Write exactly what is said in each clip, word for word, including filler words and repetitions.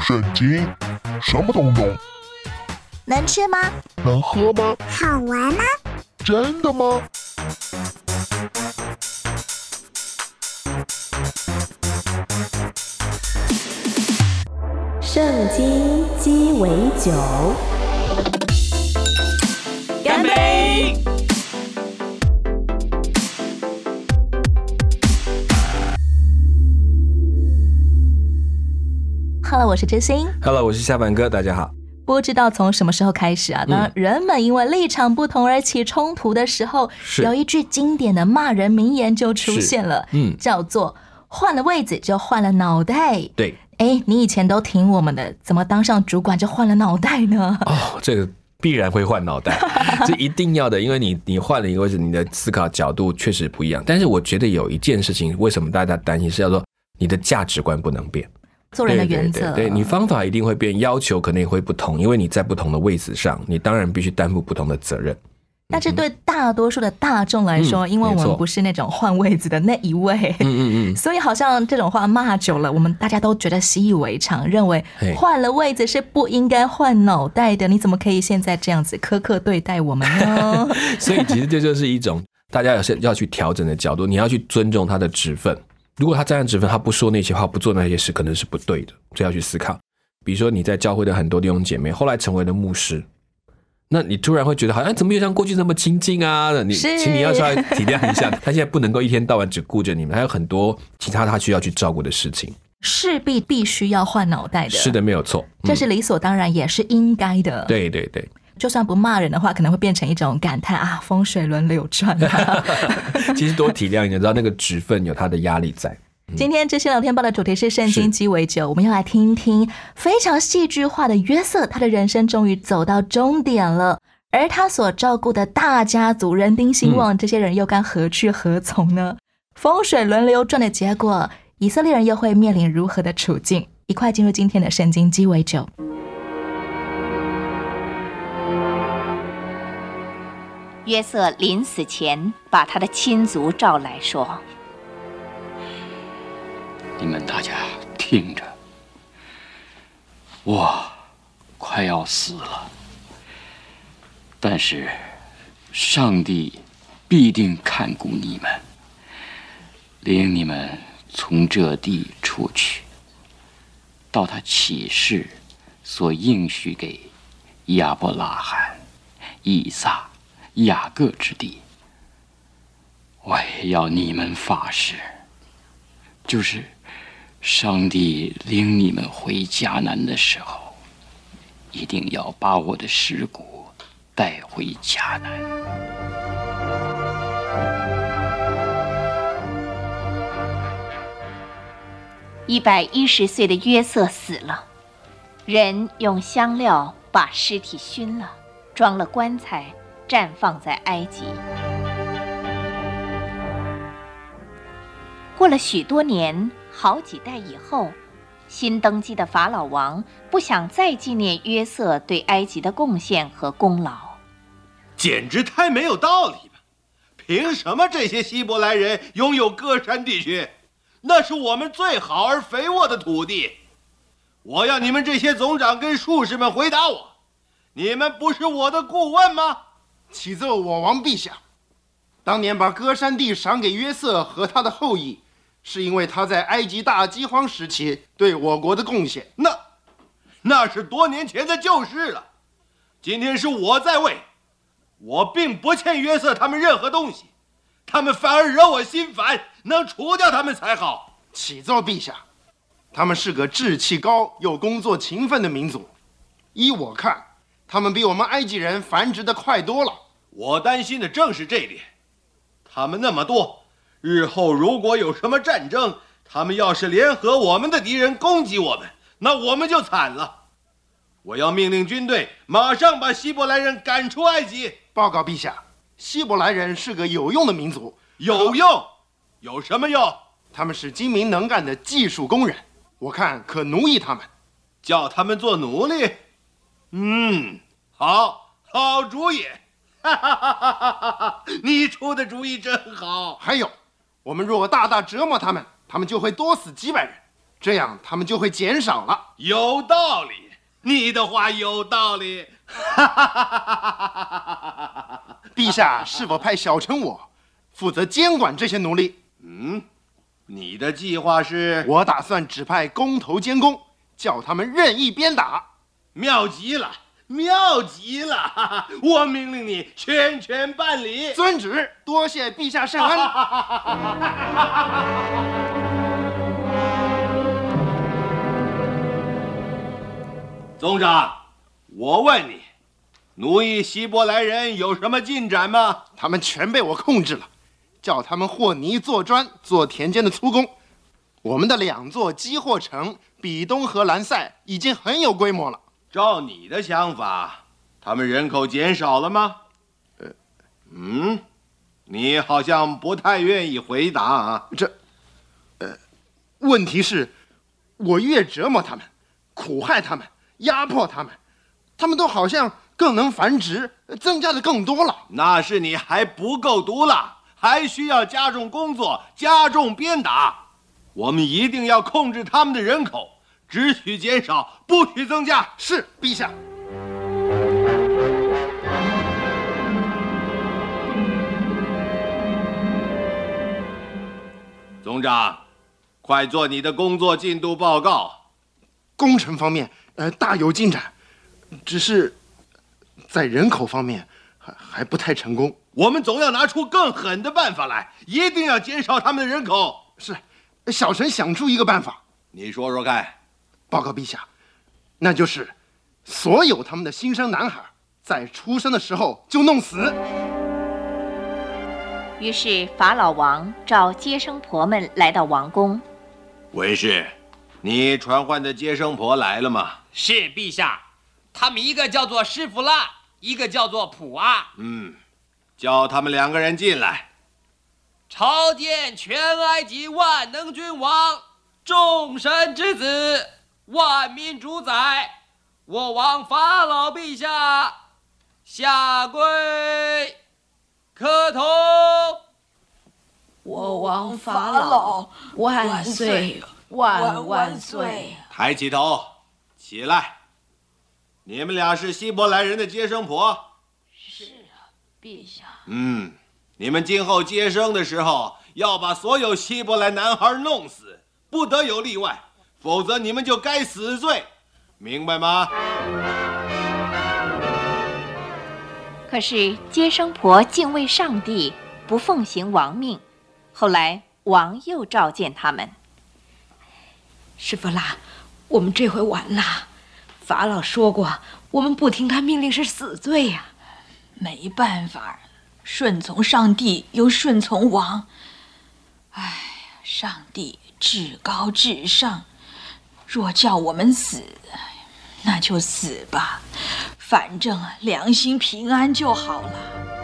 圣经，什么东东？ 能吃吗？ 能喝吗？ 好玩吗？ 真的吗？ 圣经鸡尾酒， 干杯 ！Hello， 我是知心。 Hello， 我是下半哥，大家好。 不知道从什么时候开始啊，当、嗯、人们因为立场不同而起冲突的时候，有一句经典的骂人名言就出现了，嗯，叫做换了位子就换了脑袋。 对， 哎，你以前都听我们的，怎么当上主管就换了脑袋呢？ 哦，这个必然会换脑袋，这一定要的，因为你你换了一个位置，你的思考角度确实不一样。但是我觉得有一件事情，为什么大家担心，是叫做你的价值观不能变。 做人的原则， 对, 对, 对, 对，你方法一定会变，要求可能也会不同，因为你在不同的位置上，你当然必须担负不同的责任。 但是对大多数的大众来说，嗯、因为我们不是那种换位子的那一位，嗯嗯嗯，所以好像这种话骂久了，我们大家都觉得习以为常，认为换了位子是不应该换脑袋的。你怎么可以现在这样子苛刻对待我们呢？ 所以其实这就是一种大家要去调整的角度，你要去尊重他的职分。如果他站在职分，他不说那些话，不做那些事，可能是不对的，这要去思考。比如说你在教会的很多弟兄姐妹，后来成为了牧师，那你突然会觉得好像怎么又像过去那么亲近啊？你请你要稍微体谅一下，他现在不能够一天到晚只顾着你们，还有很多其他他需要去照顾的事情， 势必必须要换脑袋的。 是的，没有错， 这是理所当然，也是应该的。 对对对。 就算不骂人的话，可能会变成一种感叹啊，风水轮流转啊。 其实多体谅一点，知道那个职分有他的压力在。 嗯、今天知心聊天报的主题是圣经鸡尾酒，我们要来听听非常戏剧化的约瑟，他的人生终于走到终点了，而他所照顾的大家族人丁兴旺、嗯、这些人又该何去何从呢？风水轮流转的结果，以色列人又会面临如何的处境？一块进入今天的圣经鸡尾酒。 约瑟临死前把他的亲族召来说： 你们大家听着，我快要死了，但是上帝必定看顾你们，领你们从这地出去，到他起誓所应许给亚伯拉罕、以撒、雅各之地。我也要你们发誓，就是上帝领你们回迦南的时候，一定要把我的尸骨带回迦南。 一百一十岁的约瑟死了，人用香料把尸体熏了，装了棺材，暂放在埃及。过了许多年，好几代以后，新登基的法老王不想再纪念约瑟对埃及的贡献和功劳， 简直太没有道理了！凭什么这些希伯来人拥有歌山地区？那是我们最好而肥沃的土地。我要你们这些总长跟术士们回答我：你们不是我的顾问吗？ 启奏我王陛下，当年把歌山地赏给约瑟和他的后裔，是因为他在埃及大饥荒时期对我国的贡献。 那那是多年前的旧事了，今天是我在位，我并不欠约瑟他们任何东西，他们反而惹我心烦，能除掉他们才好。 启奏陛下，他们是个志气高又工作勤奋的民族，依我看，他们比我们埃及人繁殖的快多了。 我担心的正是这点，他们那么多，日后如果有什么战争，他们要是联合我们的敌人攻击我们，那我们就惨了。我要命令军队马上把希伯来人赶出埃及。 报告陛下，希伯来人是个有用的民族。 有用？有什么用？ 他们是精明能干的技术工人，我看可奴役他们。 叫他们做奴隶？嗯，好，好主意。哈哈哈哈哈哈！你出的主意真好。 还有，我们若大大折磨他们，他们就会多死几百人。 这样他们就会减少了。 有道理，你的话有道理。 陛下是否派小臣我负责监管这些奴隶？ 嗯，你的计划是？ 我打算指派工头监工，叫他们任意鞭打。 妙极了，妙极了！我命令你全权办理。 遵旨，多谢陛下圣恩。 总长，我问你，奴役希伯来人有什么进展吗？ 他们全被我控制了，叫他们和泥做砖，做田间的粗工。我们的两座基货城比东和兰塞已经很有规模了。 照你的想法，他们人口减少了吗？呃，嗯，你好像不太愿意回答啊。 这，呃，问题是，我越折磨他们，苦害他们，压迫他们，他们都好像更能繁殖，增加的更多了。 那是你还不够毒辣，还需要加重工作，加重鞭打。我们一定要控制他们的人口，只许减少，不许增加。 是，陛下。 总长，快做你的工作进度报告。 工程方面，呃，大有进展，只是在人口方面还还不太成功。 我们总要拿出更狠的办法来，一定要减少他们的人口。 是，小臣想出一个办法。 你说说看。 报告陛下，那就是所有他们的新生男孩在出生的时候就弄死。 于是法老王召接生婆们来到王宫。 文士，你传唤的接生婆来了吗？ 是，陛下。他们一个叫做施弗拉，一个叫做普阿。 嗯，叫他们两个人进来。 朝见全埃及万能君王，众神之子，万民主宰，我王法老陛下，下跪磕头。 我王法老万岁万万岁！ 抬起头，起来。你们俩是希伯来人的接生婆？ 是啊，陛下。 嗯，你们今后接生的时候，要把所有希伯来男孩弄死，不得有例外，否则你们就该死罪，明白吗？ 可是接生婆敬畏上帝，不奉行王命。后来王又召见他们。 施弗拉，我们这回完了。法老说过，我们不听他命令是死罪呀、啊。没办法，顺从上帝又顺从王。哎，上帝至高至上，若叫我们死，那就死吧，反正良心平安就好了。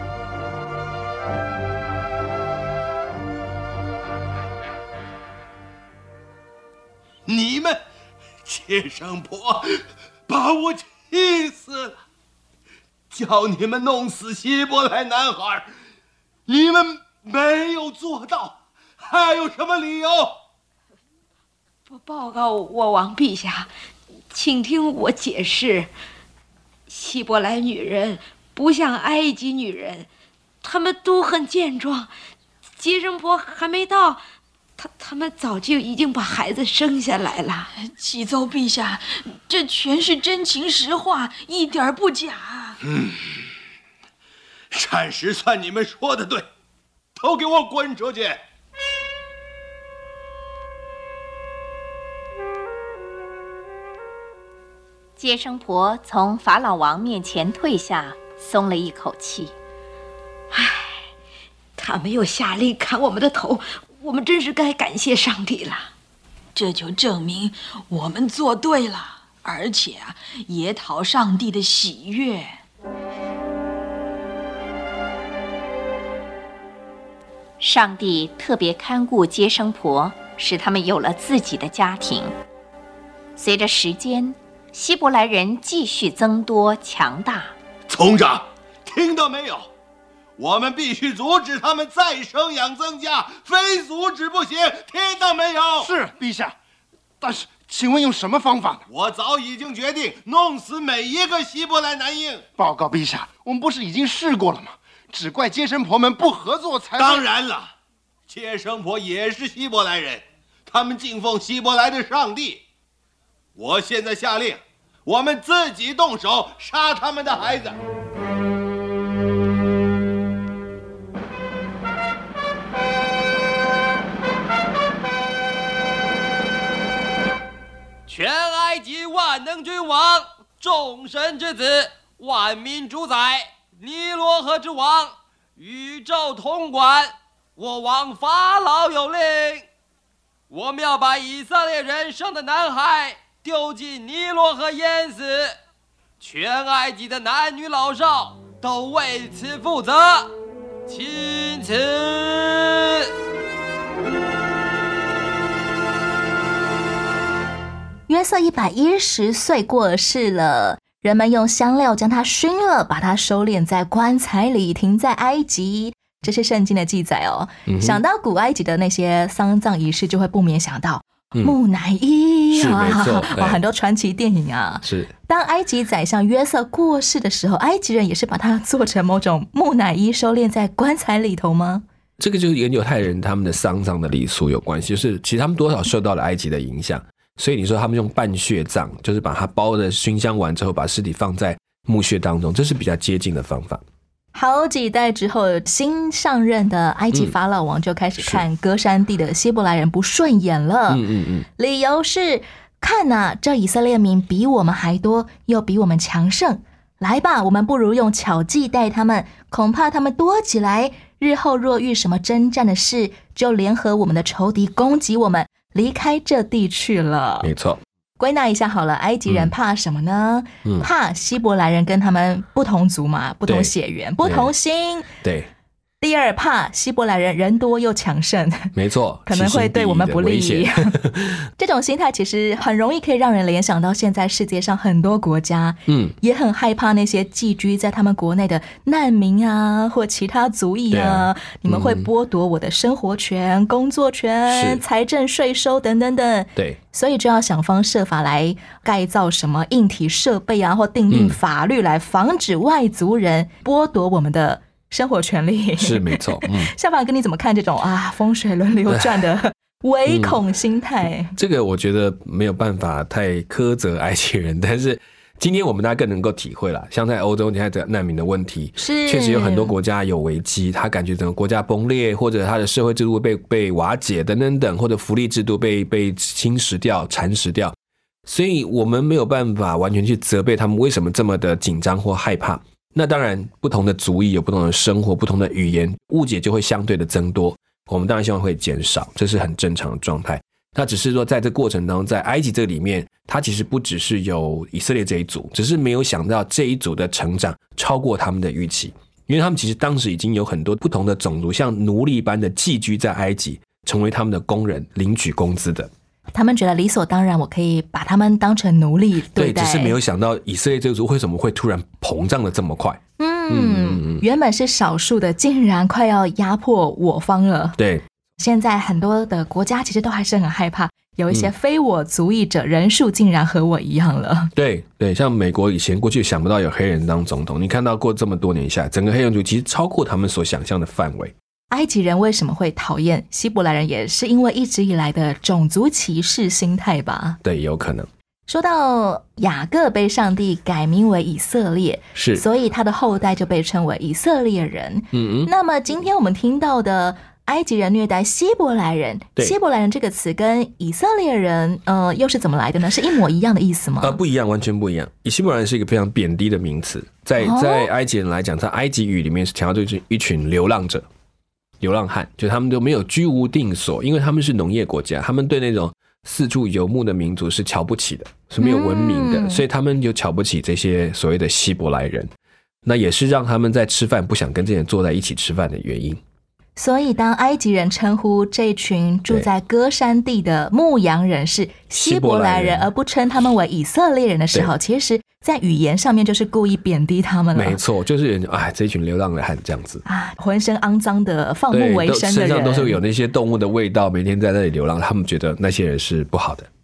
你们接生婆把我气死了，叫你们弄死希伯来男孩，你们没有做到，还有什么理由？ 报告我王陛下，请听我解释。希伯来女人不像埃及女人，她们都很健壮，接生婆还没到，他他们早就已经把孩子生下来了。启奏陛下，这全是真情实话，一点不假。 嗯，暂时算你们说的对，都给我滚出去！ 接生婆从法老王面前退下，松了一口气。 唉，他没有下令砍我们的头，我们真是该感谢上帝了。这就证明我们做对了，而且啊，也讨上帝的喜悦。 上帝特别看顾接生婆，使他们有了自己的家庭。随着时间，希伯来人继续增多强大。 总长，听到没有？我们必须阻止他们再生养增加，非阻止不行，听到没有？ 是，陛下。 但是，请问用什么方法呢？ 我早已经决定弄死每一个希伯来男婴。 报告陛下，我们不是已经试过了吗？只怪接生婆们不合作才会。 当然了，接生婆也是希伯来人，他们敬奉希伯来的上帝。我现在下令，我们自己动手杀他们的孩子。 全埃及万能君王，众神之子，万民主宰，尼罗河之王，宇宙统管。我王法老有令，我们要把以色列人生的男孩丢进尼罗河淹死，全埃及的男女老少都为此负责。钦此。 约瑟一百一十岁过世了，人们用香料将他熏了，把他收敛在棺材里，停在埃及。这是圣经的记载哦。嗯、想到古埃及的那些丧葬仪式，就会不免想到、嗯、木乃伊啊， 是没错、 哦，很多传奇电影啊。 是。 当埃及宰相约瑟过世的时候，埃及人也是把它做成某种木乃伊，收敛在棺材里头吗？ 这个就是跟犹太人他们的丧葬的礼俗有关系，就是其实他们多少受到了埃及的影响。所以你说他们用半血葬，就是把它包的熏香完之后，把尸体放在墓穴当中，这是比较接近的方法。 好几代之后，新上任的埃及法老王就开始看歌珊地的希伯来人不顺眼了。嗯嗯嗯，理由是看啊，这以色列民比我们还多，又比我们强盛。来吧，我们不如用巧计待他们，恐怕他们多起来，日后若遇什么征战的事，就联合我们的仇敌攻击我们，离开这地去了。 没错。 归纳一下好了，埃及人怕什么呢？嗯、怕希伯来人跟他们不同族嘛，不同血缘，不同心。 对。 第二，怕希伯来人人多又强盛， 没错， 可能会对我们不利。这种心态其实很容易可以让人联想到现在世界上很多国家，嗯，也很害怕那些寄居在他们国内的难民啊，或其他族裔啊，啊你们会剥夺我的生活权、嗯、工作权、财政税收等等等。 对， 所以就要想方设法来盖造什么硬体设备啊，或订定法律来防止外族人剥夺我们的生活权利。 是没错。嗯， 夏凡哥，你怎么看这种啊风水轮流转的唯恐心态、 嗯？这个我觉得没有办法太苛责埃及人，但是今天我们大家更能够体会啦。像在欧洲，你看这难民的问题，是确实有很多国家有危机，他感觉整个国家崩裂，或者他的社会制度被被瓦解等等等，或者福利制度被被侵蚀掉、蚕食掉，所以我们没有办法完全去责备他们为什么这么的紧张或害怕。那当然，不同的族裔有不同的生活、不同的语言，误解就会相对的增多。我们当然希望会减少，这是很正常的状态。那只是说，在这过程当中，在埃及这里面，它其实不只是有以色列这一组，只是没有想到这一组的成长超过他们的预期，因为他们其实当时已经有很多不同的种族，像奴隶般的寄居在埃及，成为他们的工人，领取工资的。 他们觉得理所当然，我可以把他们当成奴隶对待。 对，只是没有想到以色列这个族为什么会突然膨胀的这么快。 嗯，嗯原本是少数的，竟然快要压迫我方了。 对， 现在很多的国家其实都还是很害怕，有一些非我族裔者、嗯、人数竟然和我一样了。 对对，像美国以前过去想不到有黑人当总统，你看到过这么多年下来，整个黑人族其实超过他们所想象的范围。 埃及人为什么会讨厌希伯来人，也是因为一直以来的种族歧视心态吧？ 对，有可能。 说到雅各被上帝改名为以色列， 是， 所以他的后代就被称为以色列人。嗯嗯。那么今天我们听到的埃及人虐待希伯来人，希伯来人这个词跟以色列人呃又是怎么来的呢？是一模一样的意思吗？ 呃，不一样，完全不一样。以希伯来人是一个非常贬低的名词，在在埃及人来讲，在埃及语里面是强调就是一群流浪者。流浪汉，就他们都没有居无定所，因为他们是农业国家，他们对那种四处游牧的民族是瞧不起的，是没有文明的、嗯、所以他们就瞧不起这些所谓的希伯来人，那也是让他们在吃饭不想跟这些人坐在一起吃饭的原因。 所以当埃及人称呼这群住在歌珊地的牧羊人是希伯来人，而不称他们为以色列人的时候，其实在语言上面就是故意贬低他们了。 没错，就是哎，这群流浪汉这样子啊，浑身肮脏的放牧为生的人， 身上都是有那些动物的味道，每天在那里流浪，他们觉得那些人是不好的。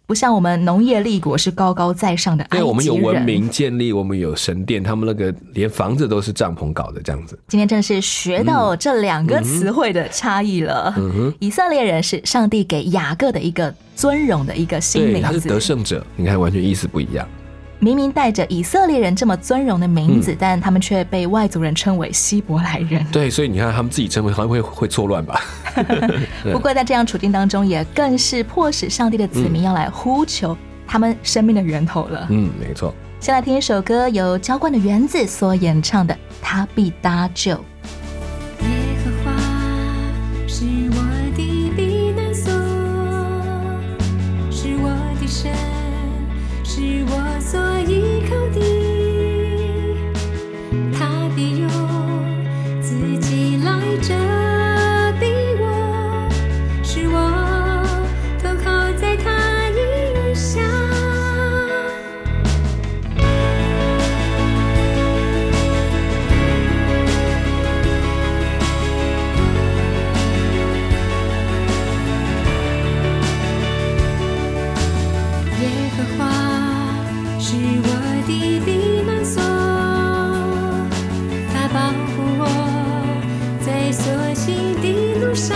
不像我们农业立国是高高在上的埃及人。 对，我们有文明建立，我们有神殿，他们那个连房子都是帐篷搞的这样子。 今天真的是学到这两个词汇的差异了。嗯嗯、以色列人是上帝给雅各的一个尊荣的一个新名字， 对，他是得胜者，你看完全意思不一样。 明明带着以色列人这么尊荣的名字，嗯、但他们却被外族人称为希伯来人。 对，所以你看他们自己称为，好像会会错乱吧？ 不过在这样处境当中，也更是迫使上帝的子民要来呼求他们生命的源头了。 嗯，没错。 先来听一首歌，由浇灌的园子所演唱的《他必搭救》。 耶和华是我的避难所，是我的神，是我所依靠的，他必用自己来遮蔽我，使我投靠在他荫下。耶和华是我的避难所，他保护我在所行的路上，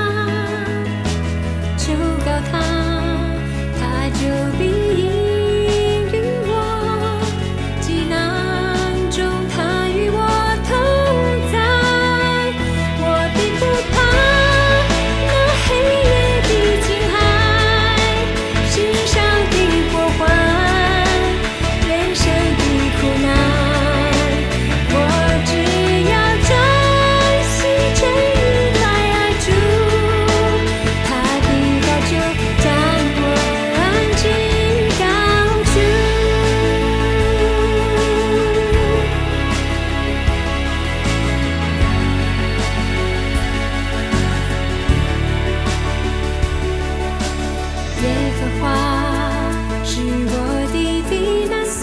求告他，他就必应允我，急难中他与我同在，我必不怕那黑夜的惊骇，世上的祸患，人生的苦难，我只要专心全意来爱主，他必搭救，将我安置高处。耶和华是我的避难所，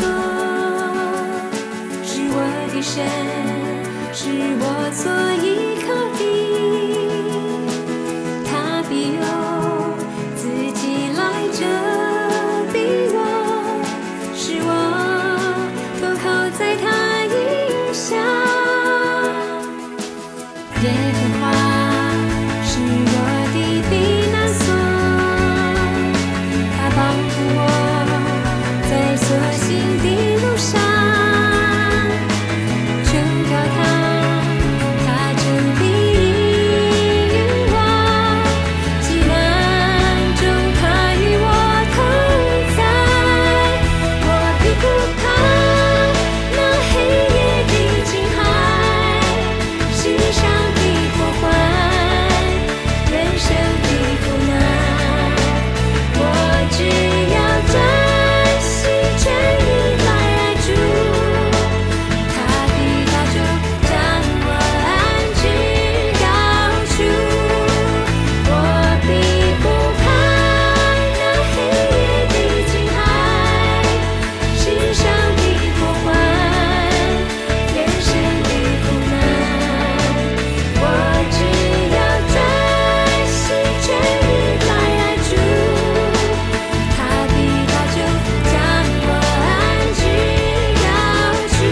是我的神，是我所依靠的，他必用自己来遮蔽我，使我投靠在他荫下。耶和华是我的避难所，他保护我在所行的路上，求告他，他就必应允我，急难中他与我同在，我必不怕那黑夜的惊骇，世上的祸患，人生的苦难，我只要专心全意来爱主，他必搭救，将我安置高处，我必不怕那黑夜的惊骇，世上的祸患，人生的苦难，我只要专心全意来爱主，他必搭救，将我安置高处。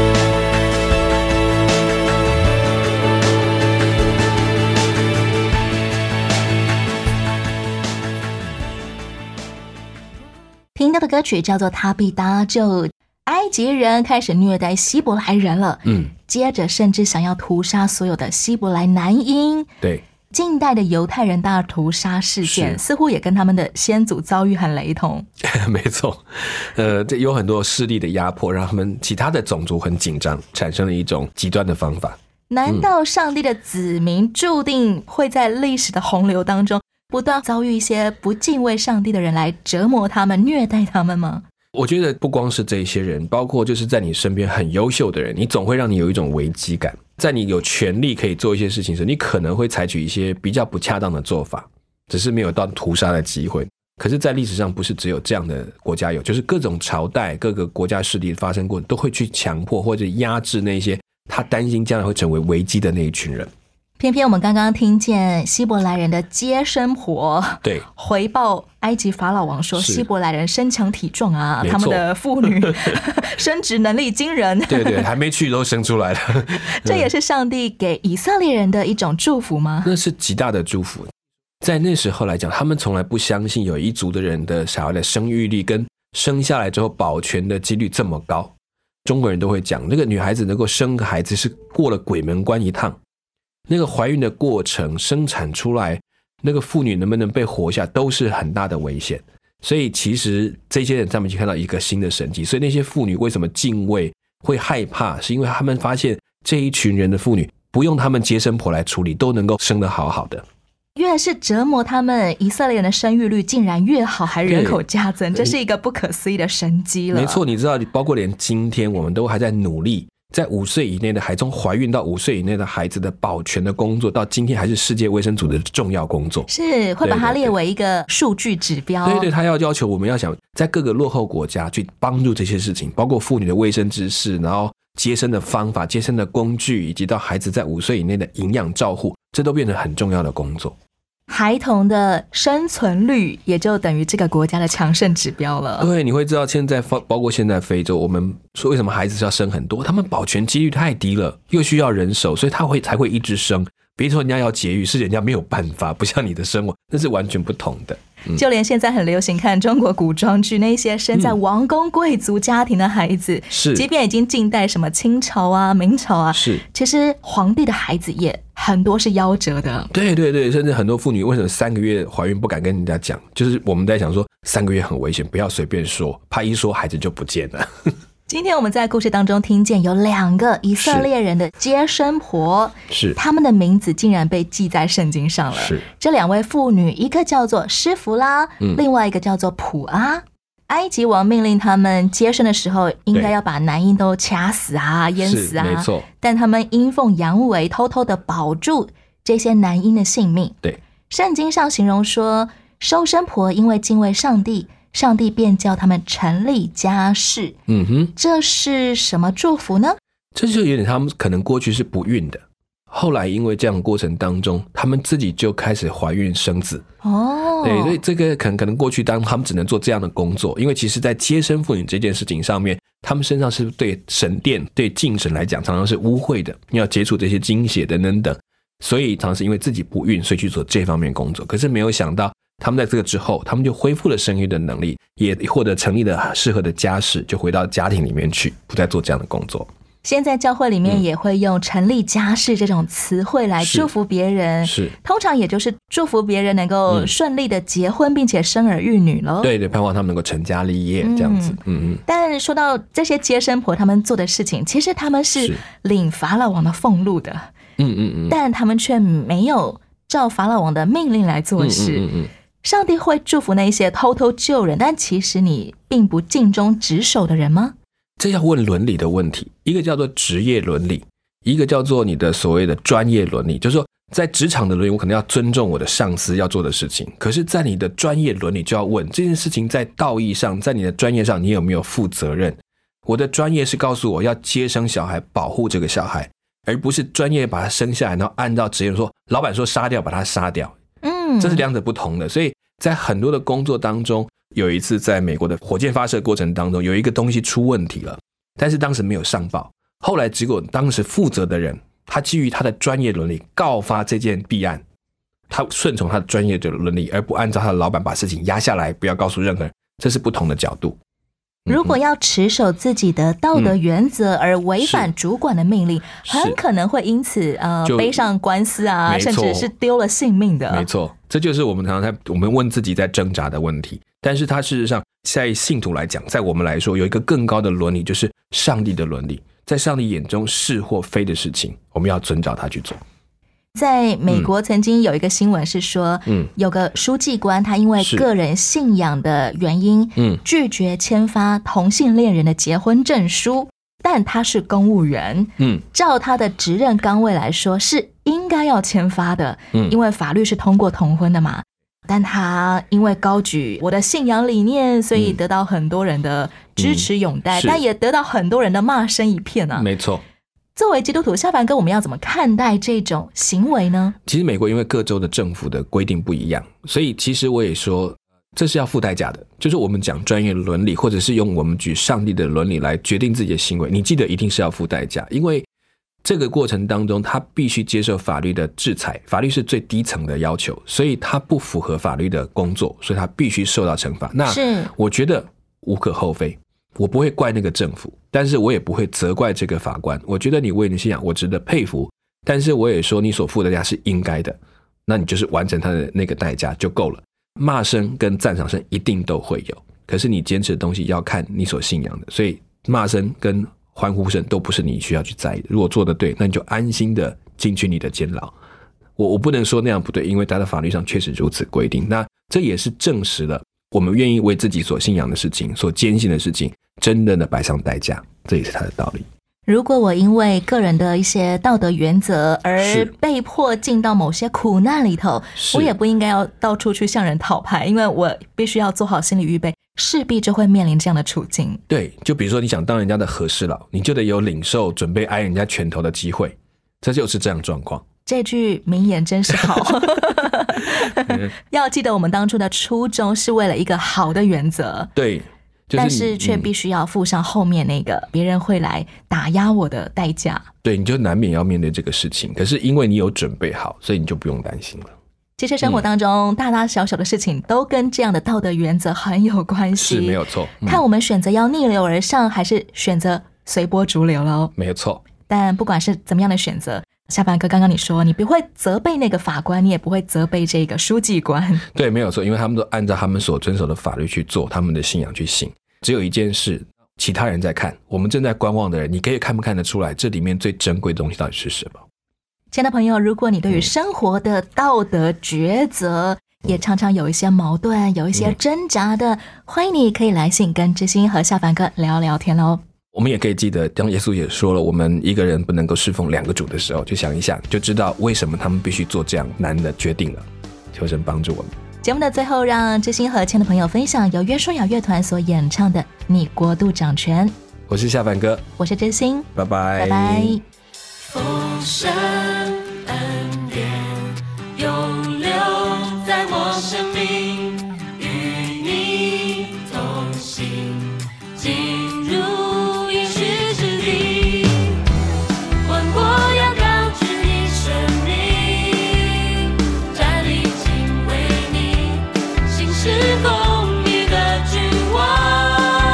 听到的歌曲叫做《他必搭救》。埃及人开始虐待希伯来人了， 嗯， 接着甚至想要屠杀所有的希伯来男婴。 对， 近代的犹太人大屠杀事件似乎也跟他们的先祖遭遇很雷同。 没错，呃，这有很多势力的压迫，让他们其他的种族很紧张，产生了一种极端的方法。 难道上帝的子民注定会在历史的洪流当中不断遭遇一些不敬畏上帝的人来折磨他们、虐待他们吗？ 我觉得不光是这一些人，包括就是在你身边很优秀的人，你总会让你有一种危机感。在你有权利可以做一些事情时，你可能会采取一些比较不恰当的做法，只是没有到屠杀的机会。可是在历史上不是只有这样的国家有，就是各种朝代各个国家势力发生过，都会去强迫或者压制那些他担心将来会成为危机的那一群人。 偏偏我们刚刚听见希伯来人的接生婆对回报埃及法老王说，希伯来人身强体壮啊，他们的妇女生殖能力惊人。 对对，还没去都生出来了。 这也是上帝给以色列人的一种祝福吗？ 那是极大的祝福。在那时候来讲，他们从来不相信有一族的人的小孩的生育力跟生下来之后保全的几率这么高。中国人都会讲，那个女孩子能够生个孩子是过了鬼门关一趟，那个怀孕的过程生产出来，那个妇女能不能被活下都是很大的危险。所以其实这些人他们就看到一个新的神迹，所以那些妇女为什么敬畏会害怕，是因为他们发现这一群人的妇女不用他们接生婆来处理都能够生得好好的。 越是折磨他们，以色列人的生育率竟然越好，还人口加增，这是一个不可思议的神迹了。 没错，你知道包括连今天我们都还在努力，在五岁以内的孩子，从怀孕到五岁以内的孩子的保全的工作，到今天还是世界卫生组织的重要工作， 是会把它列为一个数据指标。 对对，他要要求我们要想在各个落后国家去帮助这些事情，包括妇女的卫生知识，然后接生的方法、接生的工具，以及到孩子在五岁以内的营养照护，这都变成很重要的工作。 孩童的生存率也就等于这个国家的强盛指标了。 对，你会知道现在包括现在非洲，我们说为什么孩子是要生很多，他们保全几率太低了，又需要人手，所以他会才会一直生。别说人家要节育，是人家没有办法，不像你的生活，那是完全不同的。嗯、 就连现在很流行看中国古装剧，那些生在王公贵族家庭的孩子，是、嗯、即便已经近代什么清朝啊、明朝啊，是其实皇帝的孩子也很多是夭折的。对对对，甚至很多妇女为什么三个月怀孕不敢跟人家讲，就是我们在想说三个月很危险，不要随便说，怕一说孩子就不见了。今天我们在故事当中听见有两个以色列人的接生婆，是他们的名字竟然被记在圣经上了。是这两位妇女，一个叫做施弗拉、嗯、另外一个叫做普阿。埃及王命令他们接生的时候应该要把男婴都掐死啊、淹死啊，没错。但他们阴奉阳违，偷偷的保住这些男婴的性命。对，圣经上形容说，收生婆因为敬畏上帝，上帝便叫他们成立家室。嗯哼，这是什么祝福呢？这就有点他们可能过去是不孕的，后来因为这样的过程当中，他们自己就开始怀孕生子。哦，对，所以这个可能可能过去当他们只能做这样的工作，因为其实在接生妇女这件事情上面，他们身上是对神殿、对敬神来讲常常是污秽的，要接触这些精血等等等，所以常常是因为自己不孕，所以去做这方面工作。可是没有想到他们在这个之后，他们就恢复了生育的能力，也获得成立了适合的家室，就回到家庭里面去，不再做这样的工作。现在教会里面也会用成立家室这种词汇来祝福别人，是通常也就是祝福别人能够顺利的结婚并且生儿育女咯。对对，盼望他们能够成家立业这样子。嗯嗯。但说到这些接生婆他们做的事情，其实他们是领法老王的俸禄的。嗯嗯嗯。但他们却没有照法老王的命令来做事。嗯嗯嗯。上帝会祝福那些偷偷救人，但其实你并不尽忠职守的人吗？这要问伦理的问题，一个叫做职业伦理，一个叫做你的所谓的专业伦理。就是说在职场的伦理，我可能要尊重我的上司要做的事情，可是在你的专业伦理就要问这件事情在道义上，在你的专业上你有没有负责任。我的专业是告诉我要接生小孩，保护这个小孩，而不是专业把他生下来然后按照职业说老板说杀掉把他杀掉。嗯，这是两者不同的。所以在很多的工作当中，有一次在美国的火箭发射过程当中，有一个东西出问题了，但是当时没有上报，后来结果当时负责的人他基于他的专业伦理告发这件弊案，他顺从他的专业的伦理，而不按照他的老板把事情压下来，不要告诉任何人，这是不同的角度。如果要持守自己的道德原则而违反主管的命令，嗯、很可能会因此呃背上官司啊，甚至是丢了性命的。没错，这就是我们常常在我们问自己在挣扎的问题。但是它事实上在信徒来讲，在我们来说有一个更高的伦理，就是上帝的伦理。在上帝眼中是或非的事情，我们要遵照他去做。在美国曾经有一个新闻是说，嗯，有个书记官他因为个人信仰的原因，嗯，拒绝签发同性恋人的结婚证书，但他是公务员，嗯，照他的职任岗位来说是应该要签发的，嗯，因为法律是通过同婚的嘛。但他因为高举我的信仰理念，所以得到很多人的支持拥戴，嗯嗯、但也得到很多人的骂声一片啊。没错。 作为基督徒，下凡哥，我们要怎么看待这种行为呢？ 其实美国因为各州的政府的规定不一样，所以其实我也说这是要付代价的。就是我们讲专业伦理，或者是用我们举上帝的伦理来决定自己的行为，你记得一定是要付代价，因为这个过程当中他必须接受法律的制裁，法律是最低层的要求，所以他不符合法律的工作，所以他必须受到惩罚。那我觉得无可厚非，我不会怪那个政府，但是我也不会责怪这个法官。我觉得你为你信仰，我值得佩服，但是我也说你所付的代价是应该的，那你就是完成他的那个代价就够了。骂声跟赞赏声一定都会有，可是你坚持的东西要看你所信仰的，所以骂声跟欢呼声都不是你需要去在意的。如果做得对，那你就安心的进去你的监牢。我我不能说那样不对，因为他的法律上确实如此规定。那这也是证实了我们愿意为自己所信仰的事情、所坚信的事情，真正的摆上代价，这也是他的道理。 如果我因为个人的一些道德原则而被迫进到某些苦难里头，我也不应该要到处去向人讨拍，因为我必须要做好心理预备，势必就会面临这样的处境。 对，就比如说你想当人家的和事佬，你就得有领受准备挨人家拳头的机会，这就是这样状况。 这句名言真是好要记得我们当初的初衷是为了一个好的原则， 对，就是、 但是却必须要付上后面那个别人会来打压我的代价。 对，你就难免要面对这个事情，可是因为你有准备好，所以你就不用担心了。 其实生活当中、嗯、大大小小的事情都跟这样的道德原则很有关系， 是没有错、 嗯、看我们选择要逆流而上还是选择随波逐流了， 没有错。 但不管是怎么样的选择，下半哥刚刚你说你不会责备那个法官，你也不会责备这个书记官， 对，没有错，因为他们都按照他们所遵守的法律去做，他们的信仰去信。只有一件事，其他人在看，我们正在观望的人，你可以看不看得出来这里面最珍贵的东西到底是什么？ 亲爱的朋友，如果你对于生活的道德抉择、嗯、也常常有一些矛盾，有一些挣扎的、嗯、欢迎你可以来信跟知心和下凡哥聊聊天咯。 我们也可以记得，当耶稣也说了我们一个人不能够侍奉两个主的时候，就想一想，就知道为什么他们必须做这样难的决定了。求神帮助我们。 节目的最后，让知心和亲的朋友分享由约书亚乐团所演唱的《你国度掌权》。 我是下凡哥， 我是知心， 拜拜， 拜拜。 丰盛恩典永留在我生命，与你同行，进入应许之地。万国要高举你生命，站立敬畏你，行事公义的君王。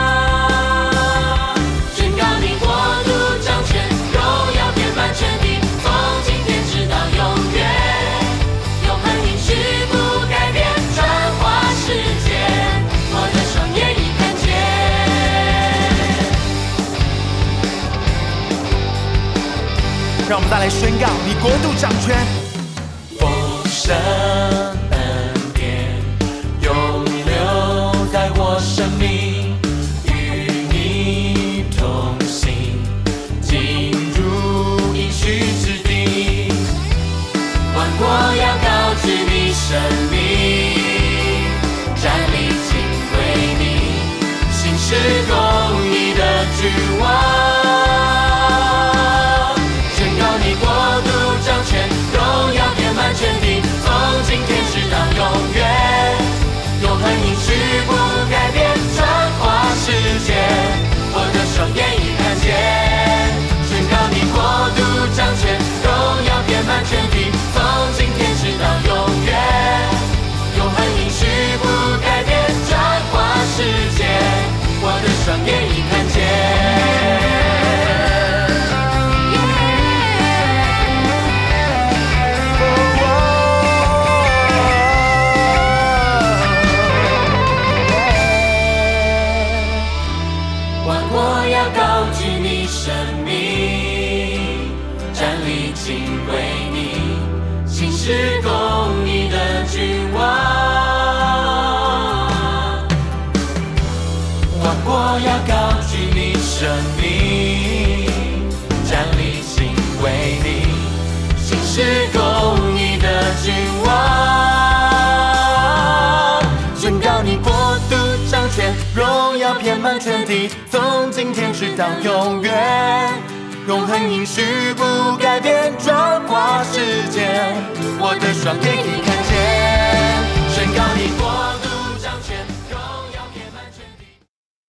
让我们再来宣告你国度掌权，丰盛恩典永留在我生命，与你同行，进入应许之地。万国要高举你生命，站立敬畏你，行事公义的君王。全地从今天直到永远，永恒应许不改变，转化世界，我的双眼已看见，宣告你国度掌权，荣耀遍满全地，从今天直到永远，永恒应许不改变，转化世界，我的双眼已看见。生命站立敬畏你，行事公义的君王。万国要高举你生命，站立敬畏你，行事公义的君王。宣告你国度掌权，荣耀遍满全地，从今天直到永远， 永恒应许不改变，转化世界，我的双眼已看见，宣告你国。